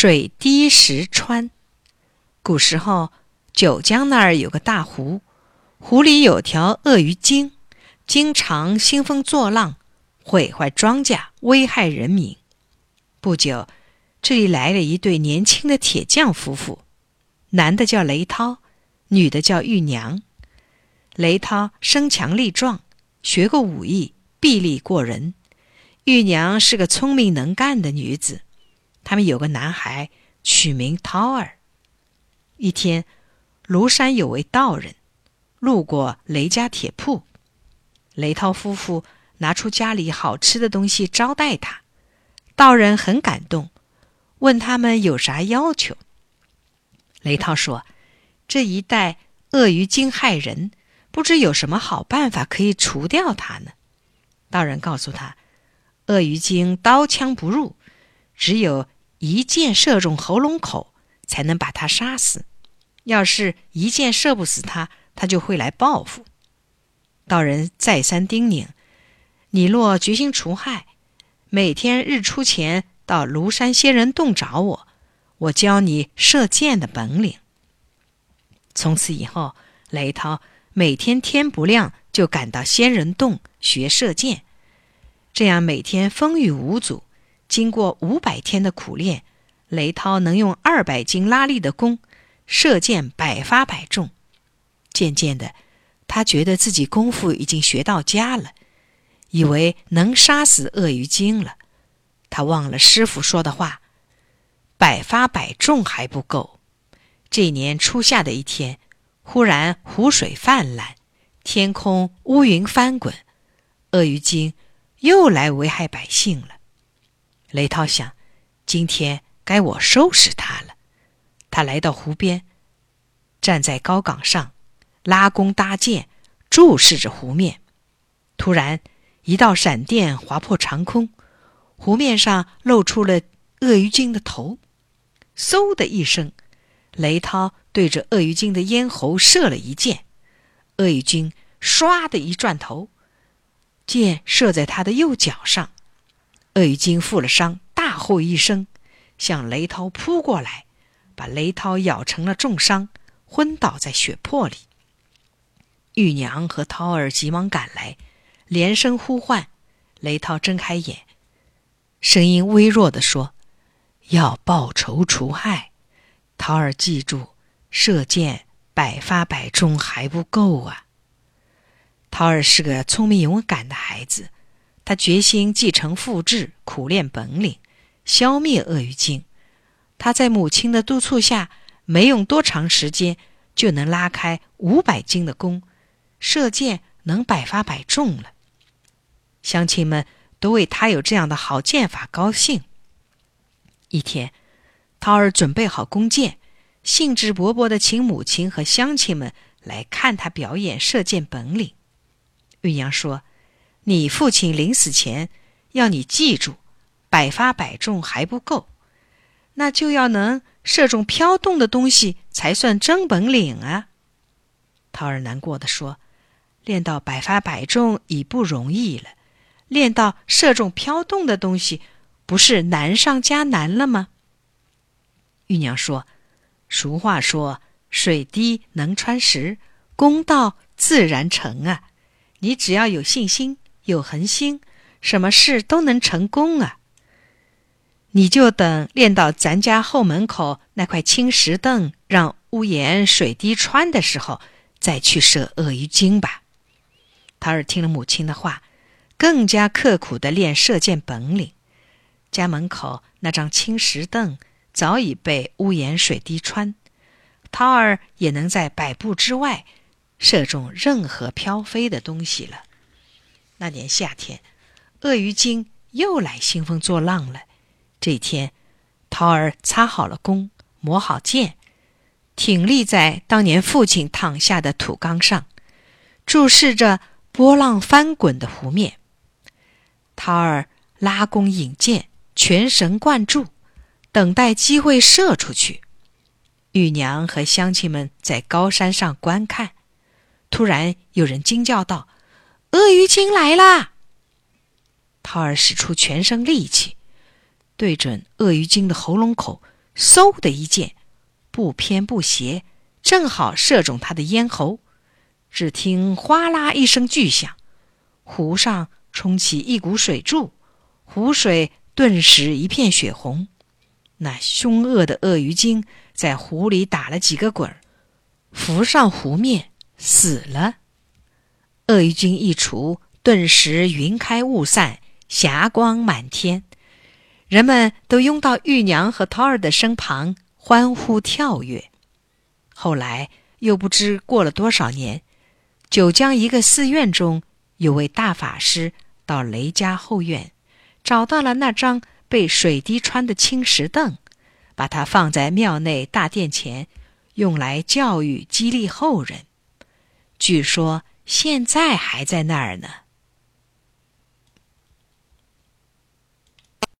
水滴石穿。古时候，九江那儿有个大湖，湖里有条鳄鱼精，经常兴风作浪，毁坏庄稼，危害人民。不久，这里来了一对年轻的铁匠夫妇，男的叫雷涛，女的叫玉娘。雷涛身强力壮，学过武艺，臂力过人。玉娘是个聪明能干的女子。他们有个男孩，取名涛儿。一天，庐山有位道人路过雷家铁铺，雷涛夫妇拿出家里好吃的东西招待他。道人很感动，问他们有啥要求。雷涛说，这一带鳄鱼精害人，不知有什么好办法可以除掉它呢？道人告诉他，鳄鱼精刀枪不入，只有一箭射中喉咙口才能把它杀死，要是一箭射不死它，它就会来报复。道人再三叮咛，你若决心除害，每天日出前到庐山仙人洞找我，我教你射箭的本领。从此以后，雷涛每天天不亮就赶到仙人洞学射箭，这样每天风雨无阻。经过500天的苦练，雷涛能用200斤拉力的弓射箭百发百中。渐渐的，他觉得自己功夫已经学到家了，以为能杀死鳄鱼精了。他忘了师傅说的话，百发百中还不够。这年初夏的一天，忽然湖水泛滥，天空乌云翻滚，鳄鱼精又来危害百姓了。雷涛想，今天该我收拾他了。他来到湖边，站在高岗上，拉弓搭箭，注视着湖面。突然，一道闪电划破长空，湖面上露出了鳄鱼精的头。嗖的一声，雷涛对着鳄鱼精的咽喉射了一箭，鳄鱼精唰的一转头，箭射在他的右脚上。鳄鱼精负了伤，大吼一声，向雷涛扑过来，把雷涛咬成了重伤，昏倒在血泊里。玉娘和涛儿急忙赶来，连声呼唤。雷涛睁开眼，声音微弱地说，要报仇除害。涛儿记住，射箭百发百中还不够啊。涛儿是个聪明勇敢的孩子，他决心继承父志，苦练本领，消灭鳄鱼精。他在母亲的督促下，没用多长时间就能拉开500斤的弓，射箭能百发百中了。乡亲们都为他有这样的好箭法高兴。一天，涛儿准备好弓箭，兴致勃勃地请母亲和乡亲们来看他表演射箭本领。玉娘说，你父亲临死前要你记住，百发百中还不够，那就要能射中飘动的东西才算真本领啊。涛儿难过地说，练到百发百中已不容易了，练到射中飘动的东西，不是难上加难了吗？玉娘说，俗话说，水滴能穿石，功到自然成啊。你只要有信心，有恒心，什么事都能成功啊。你就等练到咱家后门口那块青石凳让屋檐水滴穿的时候，再去射鳄鱼精吧。涛儿听了母亲的话，更加刻苦地练射箭本领。家门口那张青石凳早已被屋檐水滴穿，涛儿也能在100步之外射中任何飘飞的东西了。那年夏天，鳄鱼精又来兴风作浪了。这一天，涛儿擦好了弓，磨好箭，挺立在当年父亲躺下的土缸上，注视着波浪翻滚的湖面。涛儿拉弓引箭，全神贯注，等待机会射出去。玉娘和乡亲们在高山上观看，突然有人惊叫道，鳄鱼精来啦！涛儿使出全身力气，对准鳄鱼精的喉咙口嗖的一箭，不偏不斜，正好射中他的咽喉。只听哗啦一声巨响，湖上冲起一股水柱，湖水顿时一片血红。那凶恶的鳄鱼精在湖里打了几个滚，浮上湖面死了。鳄鱼精一除，顿时云开雾散，霞光满天，人们都拥到玉娘和桃儿的身旁，欢呼跳跃。后来又不知过了多少年，九江一个寺院中，有位大法师到雷家后院，找到了那张被水滴穿的青石凳，把它放在庙内大殿前，用来教育激励后人。据说现在还在那儿呢。